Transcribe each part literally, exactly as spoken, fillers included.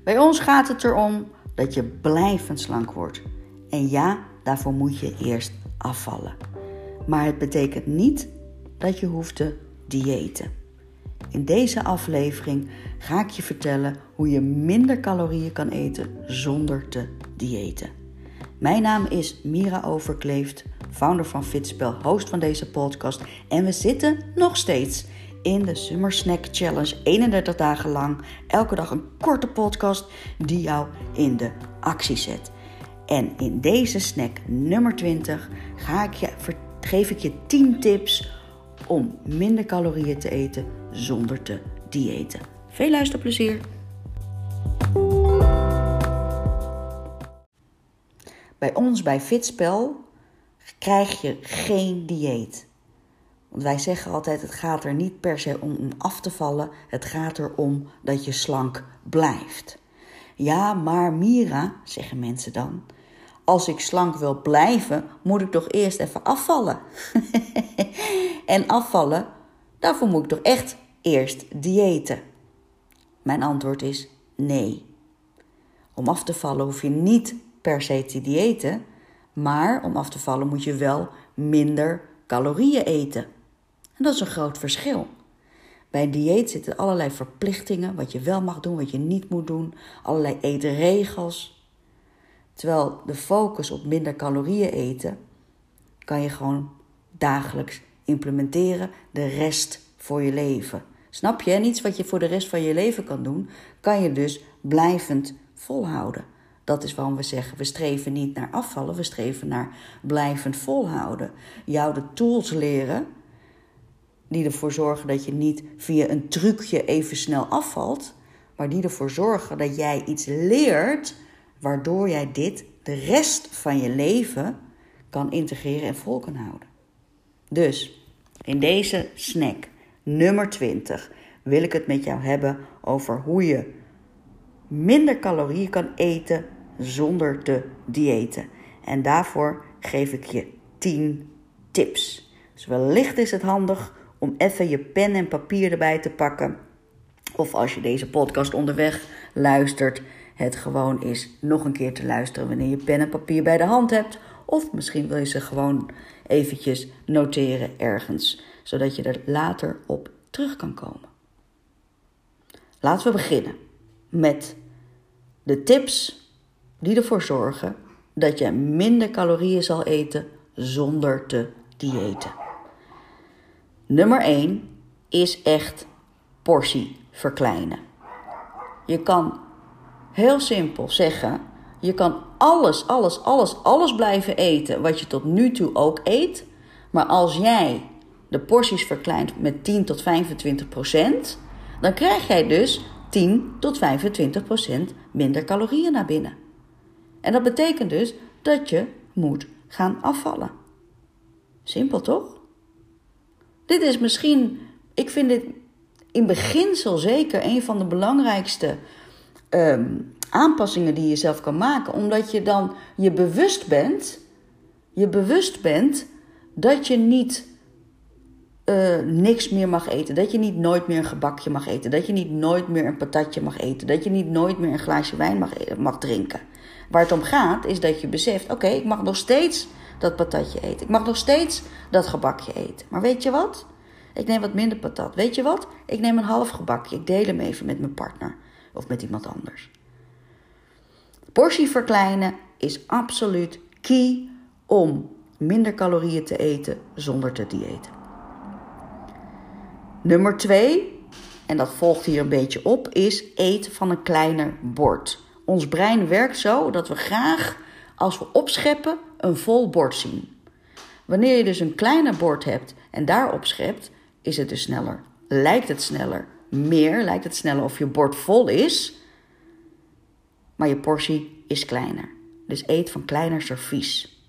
Bij ons gaat het erom dat je blijvend slank wordt. En ja, daarvoor moet je eerst afvallen. Maar het betekent niet dat je hoeft te diëten. In deze aflevering ga ik je vertellen hoe je minder calorieën kan eten zonder te diëten. Mijn naam is Mira Overkleeft, founder van Fitspel, host van deze podcast. En we zitten nog steeds in de Summer Snack Challenge, eenendertig dagen lang. Elke dag een korte podcast die jou in de actie zet. En in deze snack nummer twintig ga ik je, geef ik je tien tips om minder calorieën te eten zonder te diëten. Veel luisterplezier! Bij ons bij Fitspel krijg je geen dieet. Want wij zeggen altijd, het gaat er niet per se om om af te vallen. Het gaat erom dat je slank blijft. Ja, maar Mira, zeggen mensen dan, als ik slank wil blijven, moet ik toch eerst even afvallen. En afvallen, daarvoor moet ik toch echt eerst diëten. Mijn antwoord is nee. Om af te vallen hoef je niet per se te diëten, maar om af te vallen moet je wel minder calorieën eten. En dat is een groot verschil. Bij een dieet zitten allerlei verplichtingen, wat je wel mag doen, wat je niet moet doen, allerlei eetregels. Terwijl de focus op minder calorieën eten, kan je gewoon dagelijks implementeren, de rest voor je leven. Snap je? En iets wat je voor de rest van je leven kan doen, kan je dus blijvend volhouden. Dat is waarom we zeggen, we streven niet naar afvallen, we streven naar blijvend volhouden. Jou de tools leren die ervoor zorgen dat je niet via een trucje even snel afvalt, maar die ervoor zorgen dat jij iets leert, waardoor jij dit de rest van je leven kan integreren en vol kan houden. Dus in deze snack nummer twintig wil ik het met jou hebben over hoe je minder calorieën kan eten zonder te diëten. En daarvoor geef ik je tien tips. Dus wellicht is het handig om even je pen en papier erbij te pakken. Of als je deze podcast onderweg luistert, het gewoon is nog een keer te luisteren wanneer je pen en papier bij de hand hebt. Of misschien wil je ze gewoon eventjes noteren ergens, zodat je er later op terug kan komen. Laten we beginnen met de tips die ervoor zorgen dat je minder calorieën zal eten zonder te diëten. Nummer één is echt portie verkleinen. Je kan heel simpel zeggen, je kan alles, alles, alles, alles blijven eten wat je tot nu toe ook eet. Maar als jij de porties verkleint met tien tot vijfentwintig procent, dan krijg jij dus tien tot vijfentwintig procent minder calorieën naar binnen. En dat betekent dus dat je moet gaan afvallen. Simpel toch? Dit is misschien, ik vind dit in beginsel zeker een van de belangrijkste um, aanpassingen die je zelf kan maken. Omdat je dan je bewust bent, je bewust bent dat je niet uh, niks meer mag eten. Dat je niet nooit meer een gebakje mag eten. Dat je niet nooit meer een patatje mag eten. Dat je niet nooit meer een glaasje wijn mag, mag drinken. Waar het om gaat is dat je beseft, oké, okay, ik mag nog steeds dat patatje eten. Ik mag nog steeds dat gebakje eten. Maar weet je wat? Ik neem wat minder patat. Weet je wat? Ik neem een half gebakje. Ik deel hem even met mijn partner. Of met iemand anders. Portie verkleinen is absoluut key om minder calorieën te eten zonder te diëten. Nummer twee, en dat volgt hier een beetje op, is eet van een kleiner bord. Ons brein werkt zo dat we graag, als we opscheppen, een vol bord zien. Wanneer je dus een kleiner bord hebt en daarop schept, is het dus sneller. Lijkt het sneller. Meer lijkt het sneller of je bord vol is, maar je portie is kleiner. Dus eet van kleiner servies.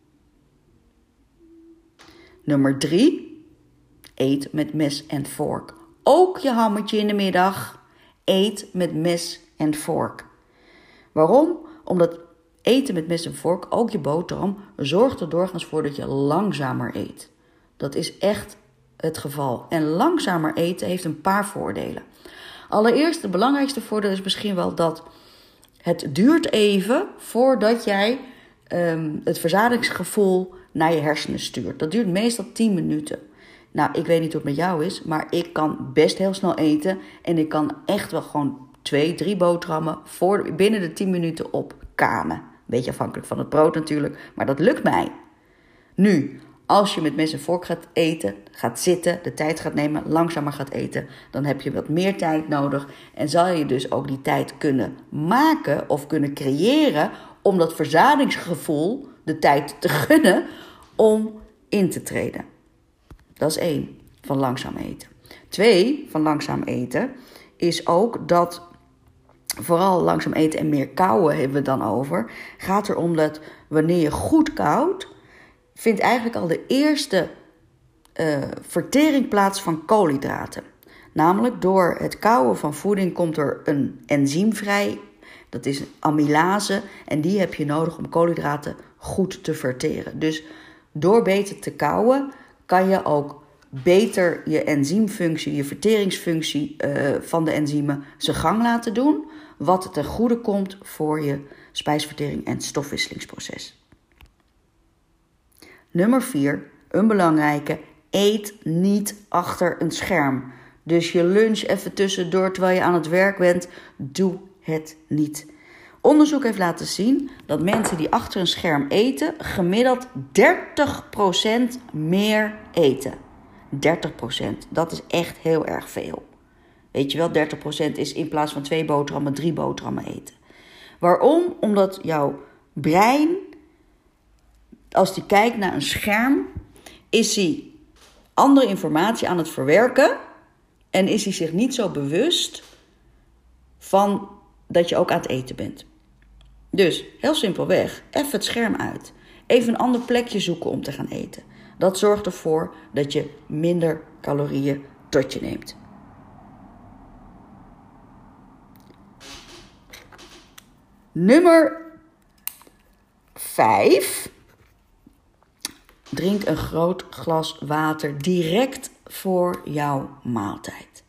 Nummer drie, eet met mes en vork. Ook je hammetje in de middag, eet met mes en vork. Waarom? Omdat eten met mes en vork, ook je boterham, zorgt er doorgaans voor dat je langzamer eet. Dat is echt het geval. En langzamer eten heeft een paar voordelen. Allereerst, het belangrijkste voordeel is misschien wel dat Het duurt even voordat jij um, het verzadigingsgevoel naar je hersenen stuurt. Dat duurt meestal tien minuten. Nou, ik weet niet hoe het met jou is, maar ik kan best heel snel eten. En ik kan echt wel gewoon twee, drie boterhammen voor, binnen de tien minuten opkamen. Beetje afhankelijk van het brood natuurlijk, maar dat lukt mij. Nu, als je met mes en vork gaat eten, gaat zitten, de tijd gaat nemen, langzamer gaat eten, dan heb je wat meer tijd nodig. En zal je dus ook die tijd kunnen maken of kunnen creëren om dat verzadigingsgevoel de tijd te gunnen om in te treden. Dat is één, van langzaam eten. Twee, van langzaam eten, is ook dat vooral langzaam eten en meer kauwen hebben we het dan over. Gaat erom dat wanneer je goed kauwt, vindt eigenlijk al de eerste uh, vertering plaats van koolhydraten. Namelijk door het kauwen van voeding komt er een enzym vrij. Dat is een amylase en die heb je nodig om koolhydraten goed te verteren. Dus door beter te kauwen kan je ook beter je enzymfunctie, je verteringsfunctie uh, van de enzymen zijn gang laten doen. Wat ten goede komt voor je spijsvertering en stofwisselingsproces. Nummer vier, een belangrijke, eet niet achter een scherm. Dus je lunch even tussendoor terwijl je aan het werk bent, doe het niet. Onderzoek heeft laten zien dat mensen die achter een scherm eten gemiddeld dertig procent meer eten. dertig procent, dat is echt heel erg veel. Weet je wel, dertig procent is in plaats van twee boterhammen, drie boterhammen eten. Waarom? Omdat jouw brein, als die kijkt naar een scherm, is hij andere informatie aan het verwerken en is hij zich niet zo bewust van dat je ook aan het eten bent. Dus, heel simpelweg, even het scherm uit. Even een ander plekje zoeken om te gaan eten. Dat zorgt ervoor dat je minder calorieën tot je neemt. Nummer vijf. Drink een groot glas water direct voor jouw maaltijd.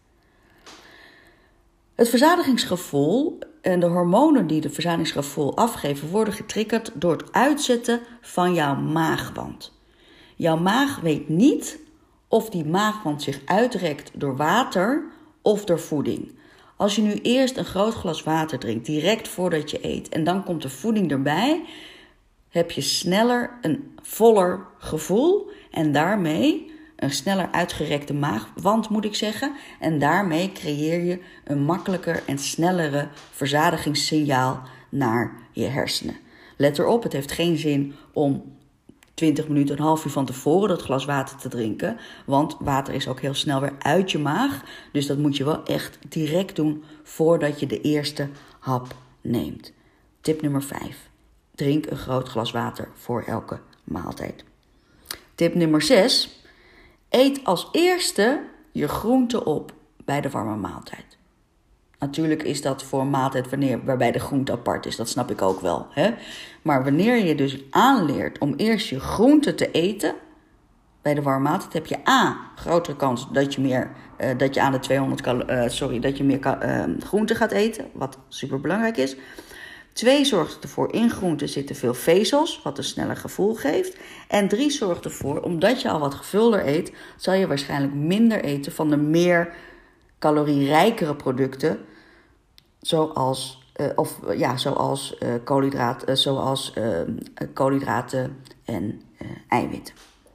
Het verzadigingsgevoel en de hormonen die de verzadigingsgevoel afgeven worden getriggerd door het uitzetten van jouw maagwand. Jouw maag weet niet of die maagwand zich uitrekt door water of door voeding. Als je nu eerst een groot glas water drinkt direct voordat je eet en dan komt de voeding erbij, heb je sneller een voller gevoel en daarmee een sneller uitgerekte maagwand, moet ik zeggen. En daarmee creëer je een makkelijker en snellere verzadigingssignaal naar je hersenen. Let erop, het heeft geen zin om twintig minuten, een half uur van tevoren dat glas water te drinken. Want water is ook heel snel weer uit je maag. Dus dat moet je wel echt direct doen voordat je de eerste hap neemt. Tip nummer vijf. Drink een groot glas water voor elke maaltijd. Tip nummer zes. Eet als eerste je groente op bij de warme maaltijd. Natuurlijk is dat voor een maaltijd wanneer, waarbij de groente apart is. Dat snap ik ook wel. Hè? Maar wanneer je dus aanleert om eerst je groente te eten bij de warme maaltijd, heb je A, grotere kans dat je, meer, uh, dat je aan de tweehonderd kal- uh, sorry, dat je meer ka- uh, groente gaat eten. Wat super belangrijk is. Twee, zorgt ervoor, in groenten zitten veel vezels, wat een sneller gevoel geeft. En drie, zorgt ervoor, omdat je al wat gevulder eet, zal je waarschijnlijk minder eten van de meer calorierijkere producten, zoals, uh, of, uh, ja, zoals, uh, koolhydraat, uh, zoals uh, koolhydraten en uh, eiwitten.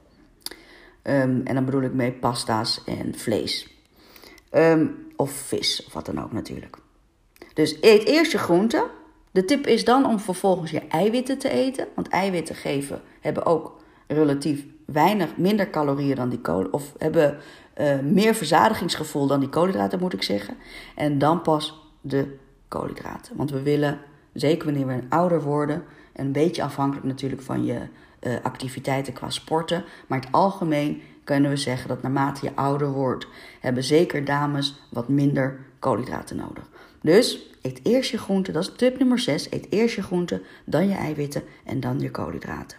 Um, en dan bedoel ik mee pasta's en vlees. Um, of vis, of wat dan ook natuurlijk. Dus eet eerst je groenten. De tip is dan om vervolgens je eiwitten te eten. Want eiwitten geven, hebben ook relatief weinig, minder calorieën dan die kool, of hebben uh, meer verzadigingsgevoel dan die koolhydraten, moet ik zeggen. En dan pas de koolhydraten. Want we willen, zeker wanneer we ouder worden, een beetje afhankelijk natuurlijk van je uh, activiteiten qua sporten. Maar in het algemeen kunnen we zeggen dat naarmate je ouder wordt, hebben zeker dames wat minder koolhydraten nodig. Dus eet eerst je groenten, dat is tip nummer zes. Eet eerst je groenten, dan je eiwitten en dan je koolhydraten.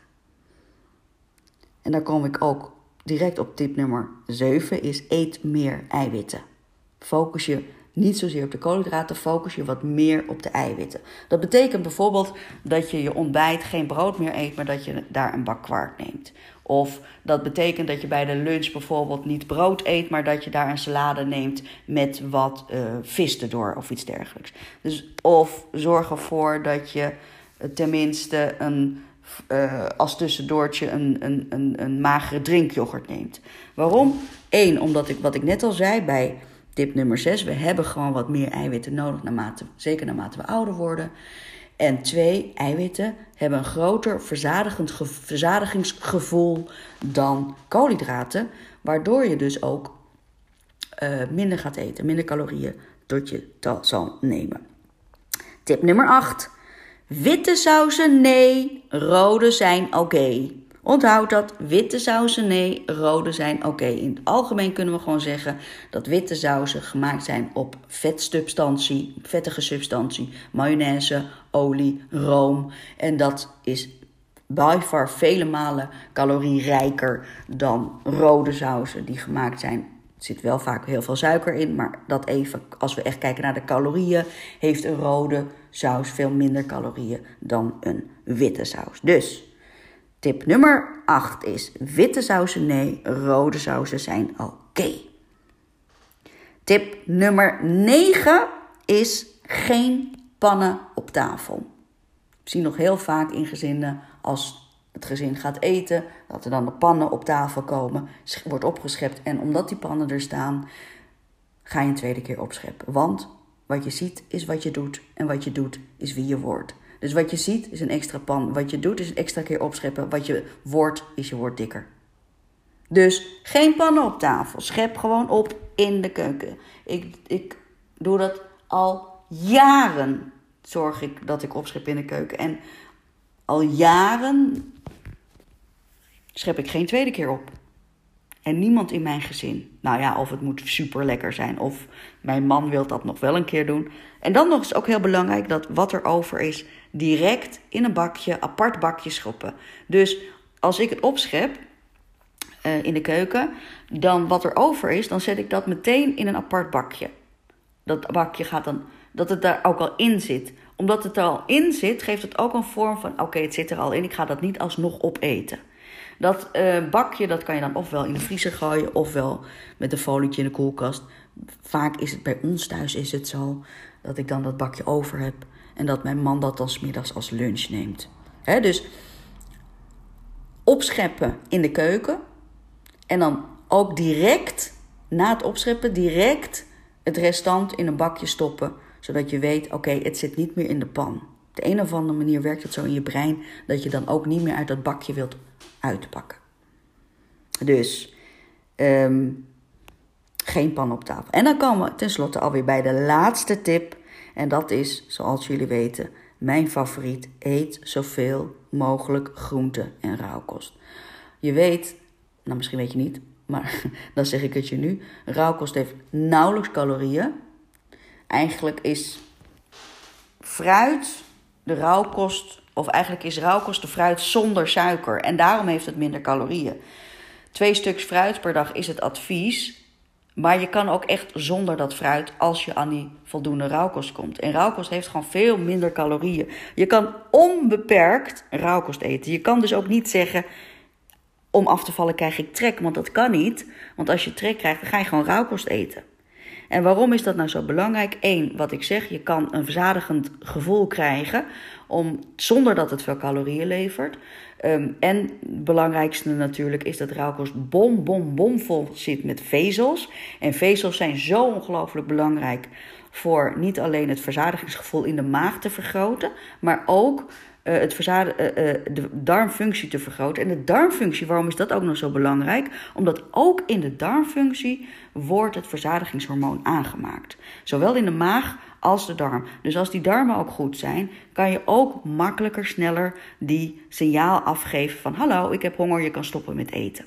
En dan kom ik ook direct op tip nummer zeven, is eet meer eiwitten. Focus je niet zozeer op de koolhydraten, focus je wat meer op de eiwitten. Dat betekent bijvoorbeeld dat je je ontbijt geen brood meer eet, maar dat je daar een bak kwark neemt. Of dat betekent dat je bij de lunch bijvoorbeeld niet brood eet, maar dat je daar een salade neemt met wat uh, vis erdoor of iets dergelijks. Dus, of zorg ervoor dat je uh, tenminste een, uh, als tussendoortje een, een, een, een magere drinkyoghurt neemt. Waarom? Eén, omdat ik, wat ik net al zei bij tip nummer zes, we hebben gewoon wat meer eiwitten nodig, naarmate, zeker naarmate we ouder worden. En twee, eiwitten hebben een groter verzadigend ge- verzadigingsgevoel dan koolhydraten, waardoor je dus ook uh, minder gaat eten, minder calorieën tot je ta- zal nemen. Tip nummer acht. Witte sauzen nee, rode zijn oké. Okay. Onthoud dat, witte sauzen nee, rode zijn oké. Okay. In het algemeen kunnen we gewoon zeggen dat witte sauzen gemaakt zijn op vetsubstantie, vettige substantie, mayonaise, olie, room. En dat is by far vele malen calorierijker dan rode sauzen die gemaakt zijn. Er zit wel vaak heel veel suiker in, maar dat even, als we echt kijken naar de calorieën, heeft een rode saus veel minder calorieën dan een witte saus. Dus tip nummer acht is witte sauzen nee, rode sauzen zijn oké. Okay. Tip nummer negen is geen pannen op tafel. We zien nog heel vaak in gezinnen als het gezin gaat eten, dat er dan de pannen op tafel komen, wordt opgeschept. En omdat die pannen er staan, ga je een tweede keer opscheppen. Want wat je ziet is wat je doet en wat je doet is wie je wordt. Dus wat je ziet is een extra pan. Wat je doet is een extra keer opscheppen. Wat je wordt is je wordt dikker. Dus geen pannen op tafel. Schep gewoon op in de keuken. Ik, ik doe dat al jaren. Zorg ik dat ik opschep in de keuken. En al jaren schep ik geen tweede keer op. En niemand in mijn gezin. Nou ja, of het moet super lekker zijn. Of mijn man wil dat nog wel een keer doen. En dan nog is ook heel belangrijk dat wat er over is, direct in een bakje, apart bakje schoppen. Dus als ik het opschep uh, in de keuken, dan wat er over is, dan zet ik dat meteen in een apart bakje. Dat bakje gaat dan, dat het daar ook al in zit. Omdat het er al in zit, geeft het ook een vorm van, oké, okay, het zit er al in, ik ga dat niet alsnog opeten. Dat uh, bakje, dat kan je dan ofwel in de vriezer gooien, ofwel met een folietje in de koelkast. Vaak is het bij ons thuis is het zo dat ik dan dat bakje over heb en dat mijn man dat dan 's middags als lunch neemt. He, dus opscheppen in de keuken en dan ook direct, na het opscheppen, direct het restant in een bakje stoppen. Zodat je weet, oké, okay, het zit niet meer in de pan. Op de een of andere manier werkt het zo in je brein dat je dan ook niet meer uit dat bakje wilt uitpakken. Dus um, geen pan op tafel. En dan komen we tenslotte alweer bij de laatste tip. En dat is, zoals jullie weten, mijn favoriet. Eet zoveel mogelijk groente en rauwkost. Je weet, nou misschien weet je niet, maar dan zeg ik het je nu. Rauwkost heeft nauwelijks calorieën. Eigenlijk is fruit de rauwkost, of eigenlijk is rauwkost de fruit zonder suiker. En daarom heeft het minder calorieën. Twee stuks fruit per dag is het advies. Maar je kan ook echt zonder dat fruit als je aan die voldoende rauwkost komt. En rauwkost heeft gewoon veel minder calorieën. Je kan onbeperkt rauwkost eten. Je kan dus ook niet zeggen, om af te vallen krijg ik trek. Want dat kan niet. Want als je trek krijgt, dan ga je gewoon rauwkost eten. En waarom is dat nou zo belangrijk? Eén, wat ik zeg, je kan een verzadigend gevoel krijgen om, zonder dat het veel calorieën levert. Um, en het belangrijkste natuurlijk is dat rauwkost bom, bom, bomvol zit met vezels. En vezels zijn zo ongelooflijk belangrijk voor niet alleen het verzadigingsgevoel in de maag te vergroten, maar ook uh, het verzad- uh, uh, de darmfunctie te vergroten. En de darmfunctie, waarom is dat ook nog zo belangrijk? Omdat ook in de darmfunctie wordt het verzadigingshormoon aangemaakt. Zowel in de maag als de darm. Dus als die darmen ook goed zijn, kan je ook makkelijker, sneller die signaal afgeven van hallo, ik heb honger, je kan stoppen met eten.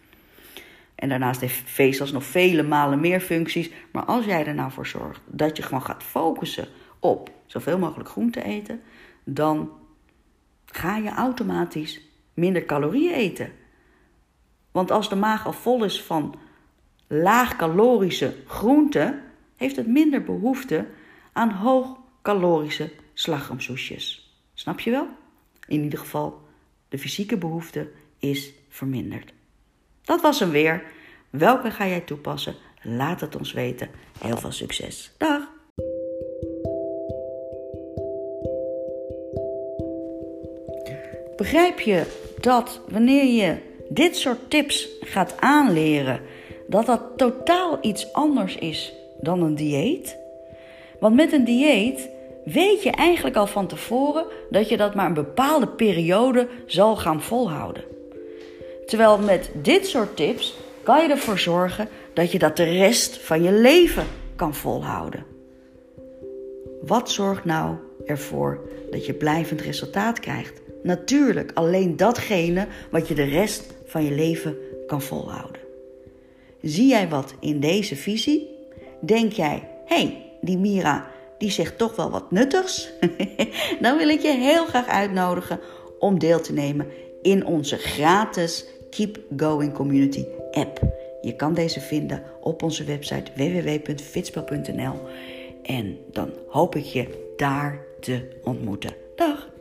En daarnaast heeft vezels nog vele malen meer functies. Maar als jij er nou voor zorgt dat je gewoon gaat focussen op zoveel mogelijk groente eten, dan ga je automatisch minder calorieën eten. Want als de maag al vol is van laagcalorische groenten, heeft het minder behoefte aan hoogcalorische slagroomsoesjes. Snap je wel? In ieder geval, de fysieke behoefte is verminderd. Dat was hem weer. Welke ga jij toepassen? Laat het ons weten. Heel veel succes. Dag! Begrijp je dat wanneer je dit soort tips gaat aanleren, dat dat totaal iets anders is dan een dieet? Want met een dieet weet je eigenlijk al van tevoren dat je dat maar een bepaalde periode zal gaan volhouden. Terwijl met dit soort tips kan je ervoor zorgen dat je dat de rest van je leven kan volhouden. Wat zorgt nou ervoor dat je blijvend resultaat krijgt? Natuurlijk alleen datgene wat je de rest van je leven kan volhouden. Zie jij wat in deze visie? Denk jij, hé, hey, die Mira, die zegt toch wel wat nuttigs? Dan wil ik je heel graag uitnodigen om deel te nemen in onze gratis Keep Going Community app. Je kan deze vinden op onze website w w w punt fitspel punt n l en dan hoop ik je daar te ontmoeten. Dag!